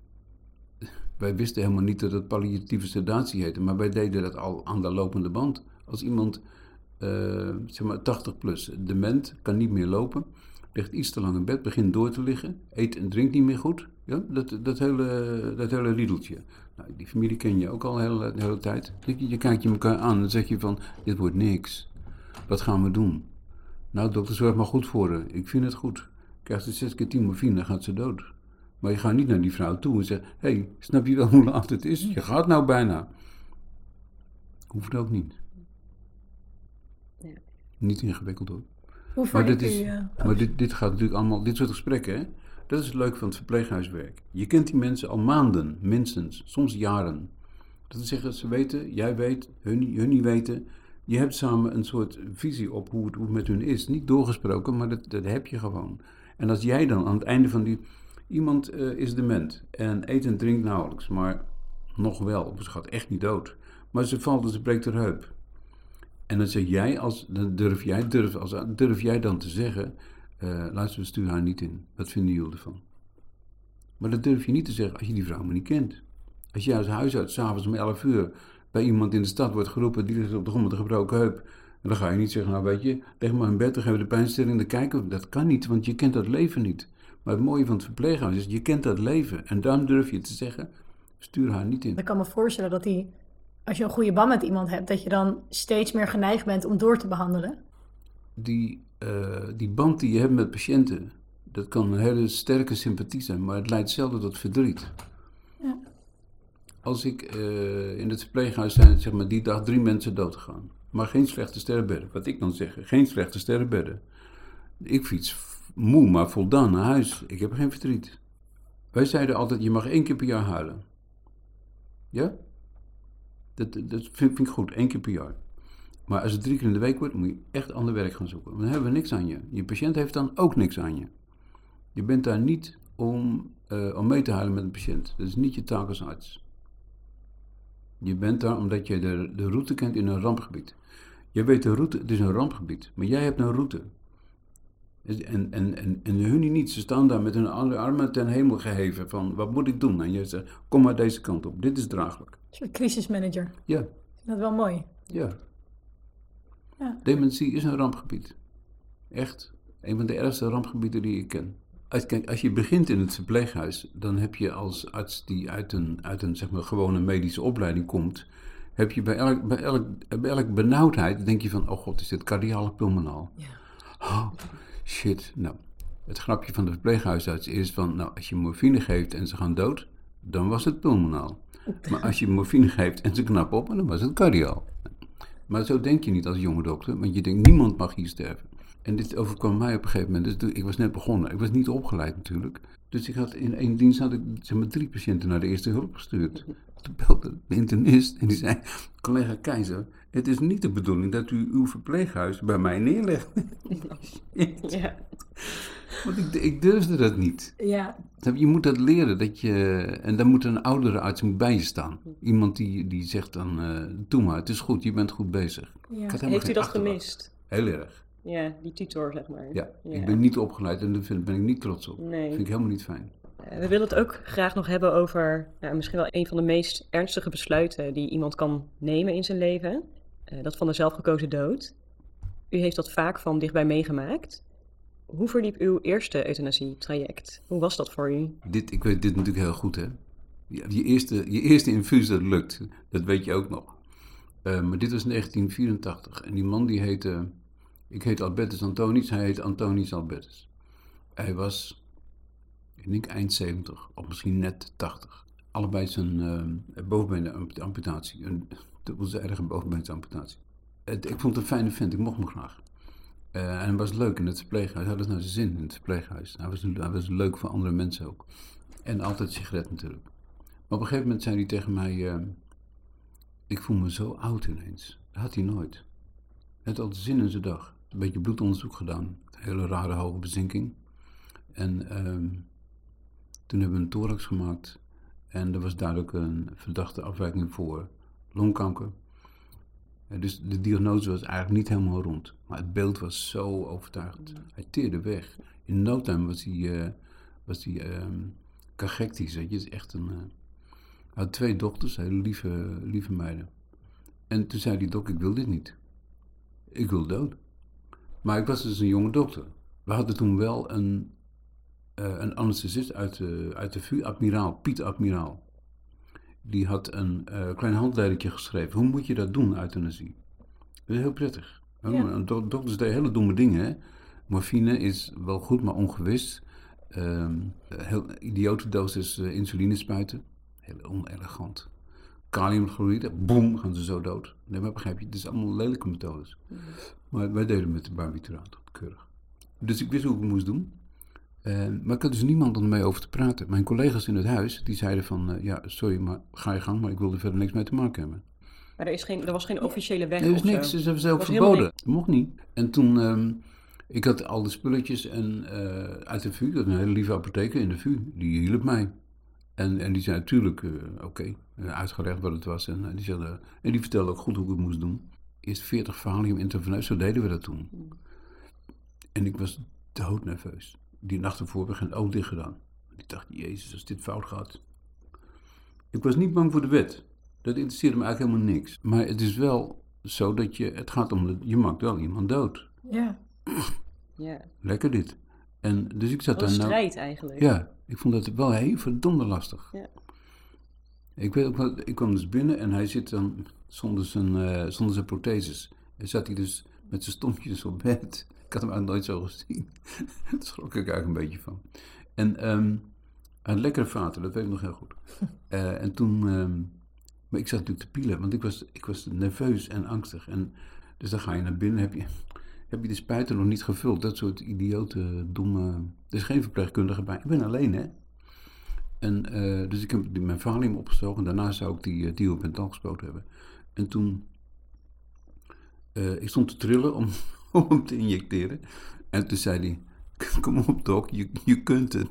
wij wisten helemaal niet dat het palliatieve sedatie heette, maar wij deden dat al aan de lopende band. Als iemand, uh, zeg maar tachtig plus, dement, kan niet meer lopen, ligt iets te lang in bed, begint door te liggen, eet en drinkt niet meer goed. Ja, dat, dat, hele, dat hele riedeltje. Nou, die familie ken je ook al de hele, de hele tijd. Je, je kijkt je elkaar aan en dan zeg je van, dit wordt niks. Wat gaan we doen? Nou, dokter, zorg maar goed voor haar. Ik vind het goed. Krijgt ze zes keer tien morfine, dan gaat ze dood. Maar je gaat niet naar die vrouw toe en zegt, hé, hey, snap je wel hoe laat het is? Je gaat nou bijna. Hoeft ook niet. Ja. Niet ingewikkeld hoor. Hoe maar dit, u, is, ja. maar dit, dit gaat natuurlijk allemaal, dit soort gesprekken, hè? Dat is het leuke van het verpleeghuiswerk. Je kent die mensen al maanden, minstens, soms jaren. Dat wil zeggen, ze weten, jij weet, hun, hun niet weten. Je hebt samen een soort visie op hoe het, hoe het met hun is. Niet doorgesproken, maar dat, dat heb je gewoon. En als jij dan aan het einde van die... Iemand uh, is dement en eet en drinkt nauwelijks, maar nog wel. Ze gaat echt niet dood. Maar ze valt en ze breekt haar heup. En dan zeg jij, als, dan durf, jij, durf, als, durf jij dan te zeggen, uh, luister, we sturen haar niet in. Wat vinden jullie ervan? Maar dat durf je niet te zeggen als je die vrouw maar niet kent. Als jij als huisarts s'avonds om elf uur bij iemand in de stad wordt geroepen, die ligt op de grond met een gebroken heup. En dan ga je niet zeggen, nou weet je, leg maar in bed, dan geven we de pijnstilling, dan kijken we. Dat kan niet, want je kent dat leven niet. Maar het mooie van het verpleeghuis is, je kent dat leven. En dan durf je te zeggen, stuur haar niet in. Ik kan me voorstellen dat die, als je een goede band met iemand hebt, dat je dan steeds meer geneigd bent om door te behandelen. Die, uh, die band die je hebt met patiënten, dat kan een hele sterke sympathie zijn, maar het leidt zelden tot verdriet. Ja. Als ik uh, in het verpleeghuis zijn, zeg maar, die dag drie mensen doodgegaan. Maar geen slechte sterrenbedden. Wat ik dan zeg, geen slechte sterrenbedden. Ik fiets moe, maar voldaan naar huis. Ik heb geen verdriet. Wij zeiden altijd, je mag één keer per jaar huilen. Ja? Dat, dat vind, vind ik goed, één keer per jaar. Maar als het drie keer in de week wordt, moet je echt ander werk gaan zoeken. Want dan hebben we niks aan je. Je patiënt heeft dan ook niks aan je. Je bent daar niet om, uh, om mee te huilen met een patiënt. Dat is niet je taak als arts. Je bent daar omdat je de, de route kent in een rampgebied. Je weet de route, het is een rampgebied, maar jij hebt een route. En, en, en, en hun niet, ze staan daar met hun armen ten hemel geheven van, wat moet ik doen? En je zegt, kom maar deze kant op, dit is draaglijk. Een soort crisismanager. Ja. Dat is wel mooi. Ja. Ja. Dementie is een rampgebied. Echt, een van de ergste rampgebieden die ik ken. Als, kijk, als je begint in het verpleeghuis, dan heb je als arts die uit een, uit een zeg maar, gewone medische opleiding komt, heb je bij elk, bij elk, bij elk benauwdheid, denk je van, oh god, is dit cardiaal pulmonaal? Ja. Oh, shit. Nou, het grapje van de verpleeghuisarts is van, nou, als je morfine geeft en ze gaan dood, dan was het pulmonaal. Maar als je morfine geeft en ze knappen op, dan was het cardiaal. Maar zo denk je niet als jonge dokter, want je denkt, niemand mag hier sterven. En dit overkwam mij op een gegeven moment. Dus ik was net begonnen. Ik was niet opgeleid natuurlijk. Dus ik had in één dienst had ik zeg maar, drie patiënten naar de eerste hulp gestuurd. Toen belde de internist en die zei, collega Keizer, het is niet de bedoeling dat u uw verpleeghuis bij mij neerlegt. Ja. Want ik, ik durfde dat niet. Ja. Je moet dat leren. Dat je, en dan moet een oudere arts moet bij je staan. Iemand die, die zegt dan, uh, doe maar, het is goed, je bent goed bezig. Ja. Heeft u dat gemist? Heel erg. Ja, die tutor, zeg maar. Ja, ja. Ik ben niet opgeleid en daar vind, ben ik niet trots op. Nee. Dat vind ik helemaal niet fijn. Uh, we willen het ook graag nog hebben over nou, misschien wel een van de meest ernstige besluiten die iemand kan nemen in zijn leven. Uh, dat van de zelfgekozen dood. U heeft dat vaak van dichtbij meegemaakt. Hoe verliep uw eerste euthanasie-traject? Hoe was dat voor u? Dit, ik weet dit natuurlijk heel goed, hè. Je, je, eerste, je eerste infuus, dat lukt. Dat weet je ook nog. Uh, maar dit was negentien vierentachtig. En die man die heette... Ik heet Albertus Antonius, hij heet Antonius Albertus. Hij was, ik denk eind zeventig, of misschien net tachtig. Allebei zijn uh, bovenbeenamputatie. Een dubbelzijdige bovenbeensamputatie. Ik vond het een fijne vent, ik mocht hem graag. Uh, en hij was leuk in het verpleeghuis, hij had het naar zijn zin in het verpleeghuis. Hij was, hij was leuk voor andere mensen ook. En altijd sigaret natuurlijk. Maar op een gegeven moment zei hij tegen mij, uh, ik voel me zo oud ineens. Dat had hij nooit. Hij had altijd zin in zijn dag. Een beetje bloedonderzoek gedaan. Een hele rare hoge bezinking. En uh, toen hebben we een thorax gemaakt. En er was duidelijk een verdachte afwijking voor longkanker. Dus de diagnose was eigenlijk niet helemaal rond. Maar het beeld was zo overtuigend. Hij teerde weg. In no time was hij, uh, was hij um, cachectisch. Weet je. Het is echt een, uh, hij had twee dochters, hele lieve, lieve meiden. En toen zei die dok, ik wil dit niet. Ik wil dood. Maar ik was dus een jonge dokter. We hadden toen wel een, uh, een anesthesist uit de, uit de V U, admiraal, Piet Admiraal. Die had een uh, klein handleidingje geschreven. Hoe moet je dat doen, euthanasie? Dat is heel prettig. Ja. Do- dokters deden hele domme dingen. Hè? Morfine is wel goed, maar ongewis. Um, heel idiote dosis uh, insuline spuiten. Heel onelegant. Kaliumchloride, boem, gaan ze zo dood. Nee, maar begrijp je, het is allemaal lelijke methodes. Mm. Maar wij deden met de barbituraat, keurig. Dus ik wist hoe ik het moest doen. Uh, maar ik had dus niemand om mee over te praten. Mijn collega's in het huis, die zeiden van... Uh, ja, sorry, maar ga je gang, maar ik wil er verder niks mee te maken hebben. Maar er, is geen, er was geen officiële weg nee, er of is niks, zo? ze hebben zelf verboden. Dat mocht niet. En toen, um, ik had al de spulletjes en, uh, uit de V U, dat is een hele lieve apotheker in de V U, die hielp mij. En, en die zei natuurlijk, uh, oké, okay, uh, uitgelegd wat het was. En, uh, die zei, uh, en die vertelde ook goed hoe ik het moest doen. Eerst veertig valium intraveneus, zo deden we dat toen. Mm. En ik was doodnerveus. Die nacht ervoor heb ik geen oog dicht gedaan. Ik dacht, jezus, als dit fout gaat. Ik was niet bang voor de wet. Dat interesseerde me eigenlijk helemaal niks. Maar het is wel zo dat je, het gaat om, de, je maakt wel iemand dood. Ja. Ja. Lekker dit. En dus ik zat daar nou... een strijd eigenlijk. Ja, ik vond dat wel heel verdomde lastig. Ja. Ik weet ook wel, ik kwam dus binnen en hij zit dan zonder zijn, uh, zonder zijn protheses. En zat hij dus met zijn stompjes op bed. Ik had hem eigenlijk nooit zo gezien. Daar schrok ik eigenlijk een beetje van. En um, hij had lekkere vaten, dat weet ik nog heel goed. Uh, en toen, um, maar ik zat natuurlijk te pielen, want ik was, ik was nerveus en angstig. En, dus dan ga je naar binnen, heb je, heb je de spuiten nog niet gevuld. Dat soort idiote, domme... Er is geen verpleegkundige bij. Ik ben alleen, hè. En, uh, dus ik heb die, mijn valium opgestoken. En daarna zou ik die uh, thiopental gespoten hebben. En toen... Uh, ik stond te trillen om, om hem te injecteren. En toen zei hij... Kom op, doc, je, je kunt het.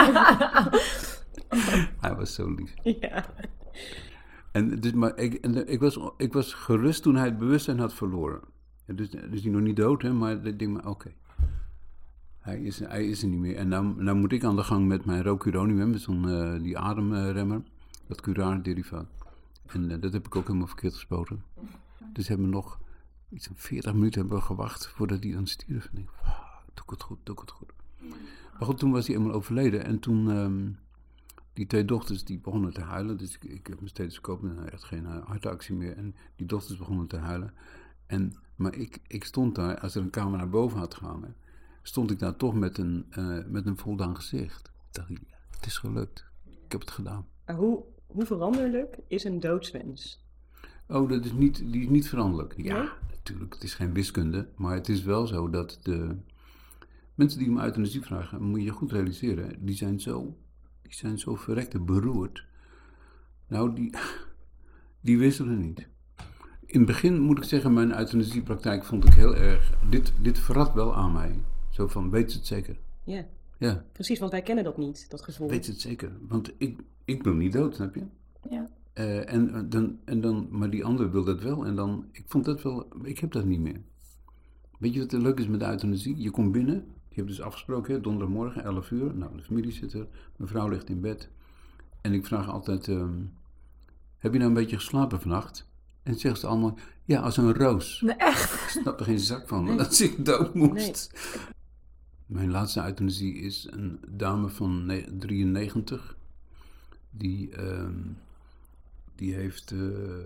Hij was zo lief. Ja. En, dus, maar ik, en, ik, was, ik was gerust toen hij het bewustzijn had verloren. En dus, dus hij nog niet dood, hè, maar ik denk maar, oké. Okay. Hij is, hij is er niet meer. En nou, nou moet ik aan de gang met mijn rocuronium, met zo'n uh, die ademremmer. Dat curare-derivaat. En uh, dat heb ik ook helemaal verkeerd gespoten. Dus hebben we nog iets van veertig minuten hebben we gewacht voordat hij dan stierf. En ik dacht, wow, doe ik het goed, doe ik het goed. Maar goed, toen was hij eenmaal overleden. En toen, um, die twee dochters, die begonnen te huilen. Dus ik, ik heb mijn stethoscoop en echt geen uh, hartactie meer. En die dochters begonnen te huilen. En, maar ik, ik stond daar, als er een kamer naar boven had gehangen, stond ik daar toch met een, uh, met een voldaan gezicht. Ik dacht, ja, het is gelukt. Ik heb het gedaan. Maar hoe, hoe veranderlijk is een doodswens? Oh, dat is niet, die is niet veranderlijk. Ja, nee? Natuurlijk, het is geen wiskunde. Maar het is wel zo dat de mensen die om euthanasie vragen, moet je goed realiseren, die zijn zo, die zijn zo verrekte beroerd. Nou, die, die wisselen niet. In het begin moet ik zeggen, mijn euthanasiepraktijk vond ik heel erg, dit, dit verrat wel aan mij. Zo van, weet ze het zeker? Ja. Ja. Precies, want wij kennen dat niet, dat gevoel. Weet je het zeker? Want ik, ik wil niet dood, snap je? Ja. Uh, en, dan, en dan, maar die andere wil dat wel. En dan, ik vond dat wel, ik heb dat niet meer. Weet je wat er leuk is met de euthanasie? Je komt binnen, je hebt dus afgesproken, hè, donderdagmorgen, elf uur. Nou, de familie zit er, mijn vrouw ligt in bed. En ik vraag altijd, um, heb je nou een beetje geslapen vannacht? En dan zeggen ze allemaal, ja, als een roos. Nee, echt? Ik snap er geen zak van, nee. Dat ik dood moest. Nee. Mijn laatste euthanasie is een dame van drieënnegentig. Die, um, die heeft uh,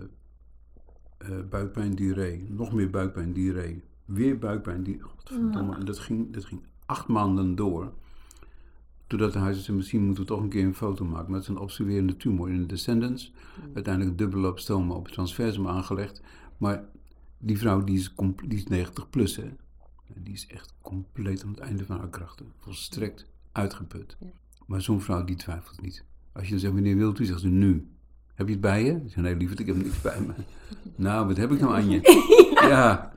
uh, buikpijn, diarree. Nog meer buikpijn, diarree. Weer buikpijn, diarree. Godverdomme. Ja. En dat ging, dat ging acht maanden door. Totdat de huisarts zei, misschien moeten we toch een keer een foto maken. Maar het is een obstruerende tumor in de descendens. Mm. Uiteindelijk een dubbele stoma op het transversum aangelegd. Maar die vrouw die is, die is negentig plus, hè. Die is echt compleet aan het einde van haar krachten. Volstrekt uitgeput. Ja. Maar zo'n vrouw die twijfelt niet. Als je dan zegt, wanneer wilt u? Zegt ze, nu. Heb je het bij je? Ik zeg, nee lieverd, ik heb niks bij me. Nou, wat heb ik nou aan je? Ja. ja.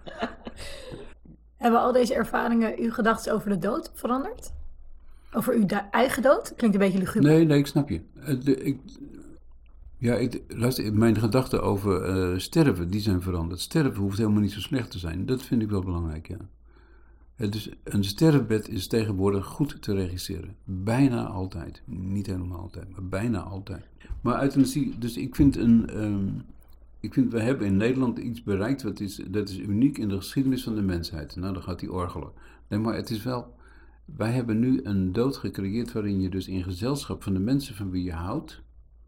Hebben al deze ervaringen uw gedachten over de dood veranderd? Over uw da- eigen dood? Klinkt een beetje luguber. Nee, nee, ik snap je. De, ik, ja, ik, luister, mijn gedachten over uh, sterven, die zijn veranderd. Sterven hoeft helemaal niet zo slecht te zijn. Dat vind ik wel belangrijk, ja. Dus een sterfbed is tegenwoordig goed te regisseren. Bijna altijd. Niet helemaal altijd, maar bijna altijd. Maar euthanasie, dus ik vind een... Um, ik vind, we hebben in Nederland iets bereikt, wat is, dat is uniek in de geschiedenis van de mensheid. Nou, dan gaat die orgelen. Nee, maar het is wel... Wij hebben nu een dood gecreëerd waarin je dus in gezelschap van de mensen van wie je houdt,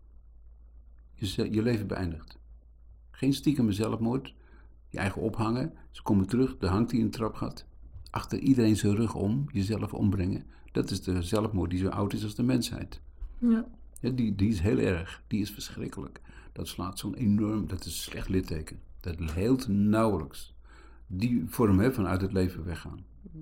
je, je leven beëindigt. Geen stiekeme zelfmoord, je eigen ophangen, ze komen terug, de hangt die in de trapgat. Achter iedereen zijn rug om, jezelf ombrengen. Dat is de zelfmoord die zo oud is als de mensheid. Ja. Ja, die, die is heel erg, die is verschrikkelijk. Dat slaat zo'n enorm, dat is een slecht litteken. Dat heelt nauwelijks. Die vorm hè, vanuit het leven weggaan.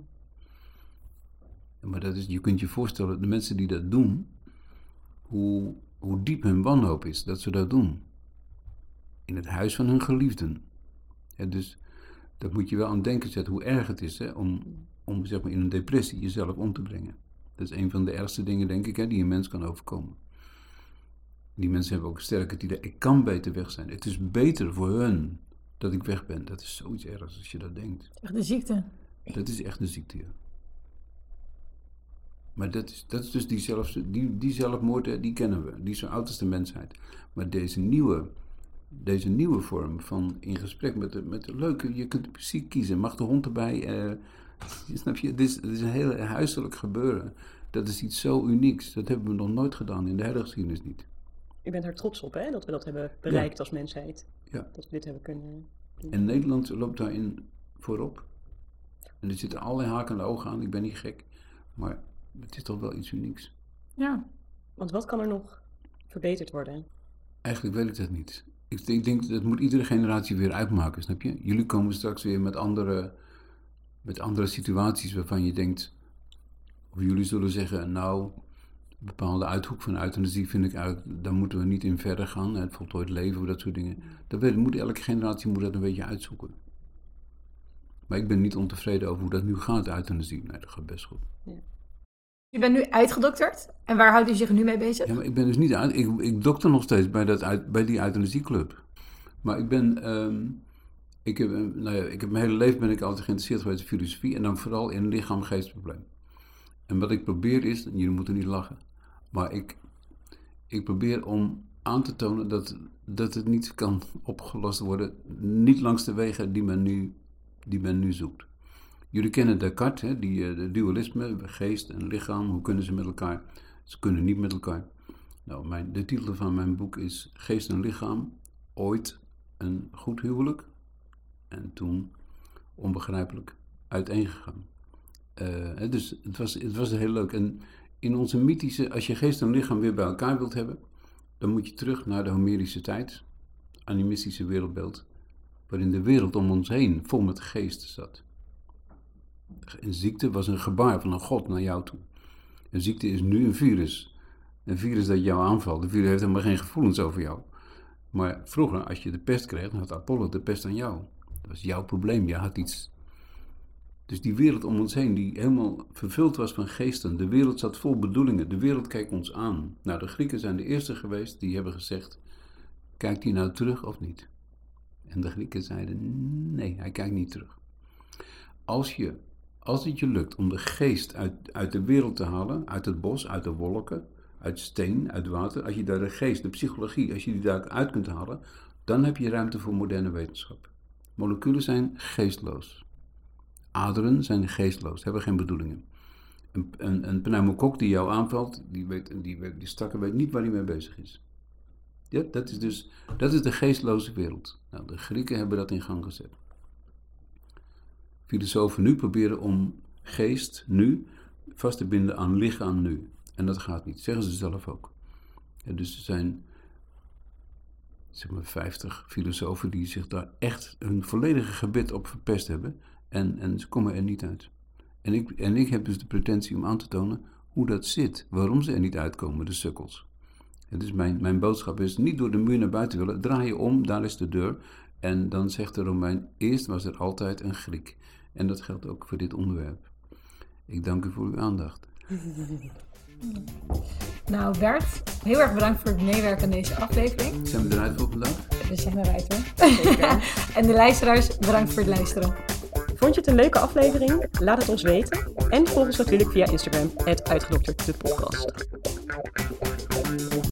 Maar dat is, je kunt je voorstellen, de mensen die dat doen, hoe, hoe diep hun wanhoop is dat ze dat doen. In het huis van hun geliefden. Ja, dus dat moet je wel aan denken zetten hoe erg het is hè, om, om zeg maar, in een depressie jezelf om te brengen. Dat is een van de ergste dingen, denk ik, hè, die een mens kan overkomen. Die mensen hebben ook een sterke idee, ik kan beter weg zijn. Het is beter voor hun dat ik weg ben. Dat is zoiets ergs als je dat denkt. Echt de ziekte. Dat is echt een ziekte, ja. Maar dat is, dat is dus die, zelf, die, die zelfmoord, hè, die kennen we. Die is zo oud als de mensheid. Maar deze nieuwe, deze nieuwe vorm van in gesprek met de, met de leuke... Je kunt precies kiezen. Mag de hond erbij? Uh, snap je? Het is, het is een heel huiselijk gebeuren. Dat is iets zo unieks. Dat hebben we nog nooit gedaan. In de hele geschiedenis niet. U bent er trots op, hè? Dat we dat hebben bereikt ja. als mensheid. Ja. Dat we dit hebben kunnen doen. En Nederland loopt daarin voorop. En er zitten allerlei haken en ogen aan. Ik ben niet gek. Maar... Het is toch wel iets unieks. Ja. Want wat kan er nog verbeterd worden? Eigenlijk weet ik dat niet. Ik, ik denk dat moet iedere generatie weer uitmaken, snap je? Jullie komen straks weer met andere, met andere situaties waarvan je denkt... Of jullie zullen zeggen, nou, een bepaalde uithoek van euthanasie vind ik uit... Daar moeten we niet in verder gaan, het voltooid leven of dat soort dingen. Dat weet, moet, elke generatie moet dat een beetje uitzoeken. Maar ik ben niet ontevreden over hoe dat nu gaat, euthanasie. Nee, dat gaat best goed. Ja. U bent nu uitgedokterd. En waar houdt u zich nu mee bezig? Ja, maar ik ben dus niet uit. Ik, ik dokter nog steeds bij, dat uit, bij die euthanasieclub. Maar ik ben... Um, ik, heb, nou ja, ik heb mijn hele leven ben ik altijd geïnteresseerd geweest in filosofie. En dan vooral in lichaam-geestprobleem. En wat ik probeer is... En jullie moeten niet lachen. Maar ik, ik probeer om aan te tonen dat, dat het niet kan opgelost worden. Niet langs de wegen die men nu, die men nu zoekt. Jullie kennen Descartes, hè, die de dualisme, geest en lichaam. Hoe kunnen ze met elkaar? Ze kunnen niet met elkaar. Nou, mijn, de titel van mijn boek is Geest en lichaam, ooit een goed huwelijk. En toen, onbegrijpelijk, uiteengegaan. Uh, dus het was, het was heel leuk. En in onze mythische, als je geest en lichaam weer bij elkaar wilt hebben, dan moet je terug naar de Homerische tijd, animistische wereldbeeld, waarin de wereld om ons heen vol met geest zat. Een ziekte was een gebaar van een god naar jou toe. Een ziekte is nu een virus. Een virus dat jou aanvalt. Een virus heeft helemaal geen gevoelens over jou. Maar vroeger, als je de pest kreeg, dan had Apollo de pest aan jou. Dat was jouw probleem. Je had iets... Dus die wereld om ons heen, die helemaal vervuld was van geesten. De wereld zat vol bedoelingen. De wereld kijkt ons aan. Nou, de Grieken zijn de eerste geweest die hebben gezegd, kijkt hij nou terug of niet? En de Grieken zeiden, nee, hij kijkt niet terug. Als, je, als het je lukt om de geest uit, uit de wereld te halen, uit het bos, uit de wolken, uit steen, uit water, als je daar de geest, de psychologie, als je die daar uit kunt halen, dan heb je ruimte voor moderne wetenschap. Moleculen zijn geestloos. Aderen zijn geestloos, hebben geen bedoelingen. Een, een, een pneumokok die jou aanvalt, die, weet, die, weet, die stakker weet niet waar hij mee bezig is. Ja, dat is dus dat is de geestloze wereld. Nou, de Grieken hebben dat in gang gezet. Filosofen nu proberen om geest nu vast te binden aan lichaam nu. En dat gaat niet, zeggen ze zelf ook. Ja, dus er zijn zeg maar vijftig filosofen die zich daar echt hun volledige gebit op verpest hebben. En, en ze komen er niet uit. En ik, en ik heb dus de pretentie om aan te tonen hoe dat zit. Waarom ze er niet uitkomen, de sukkels. En dus mijn, mijn boodschap is niet door de muur naar buiten willen. Draai je om, daar is de deur. En dan zegt de Romein, eerst was er altijd een Griek. En dat geldt ook voor dit onderwerp. Ik dank u voor uw aandacht. Nou Bert, heel erg bedankt voor het meewerken aan deze aflevering. Zijn we eruit voor vandaag? We zijn eruit hoor. En de luisteraars, bedankt voor het luisteren. Vond je het een leuke aflevering? Laat het ons weten. En volg ons natuurlijk via Instagram, at uitgedokterd de podcast.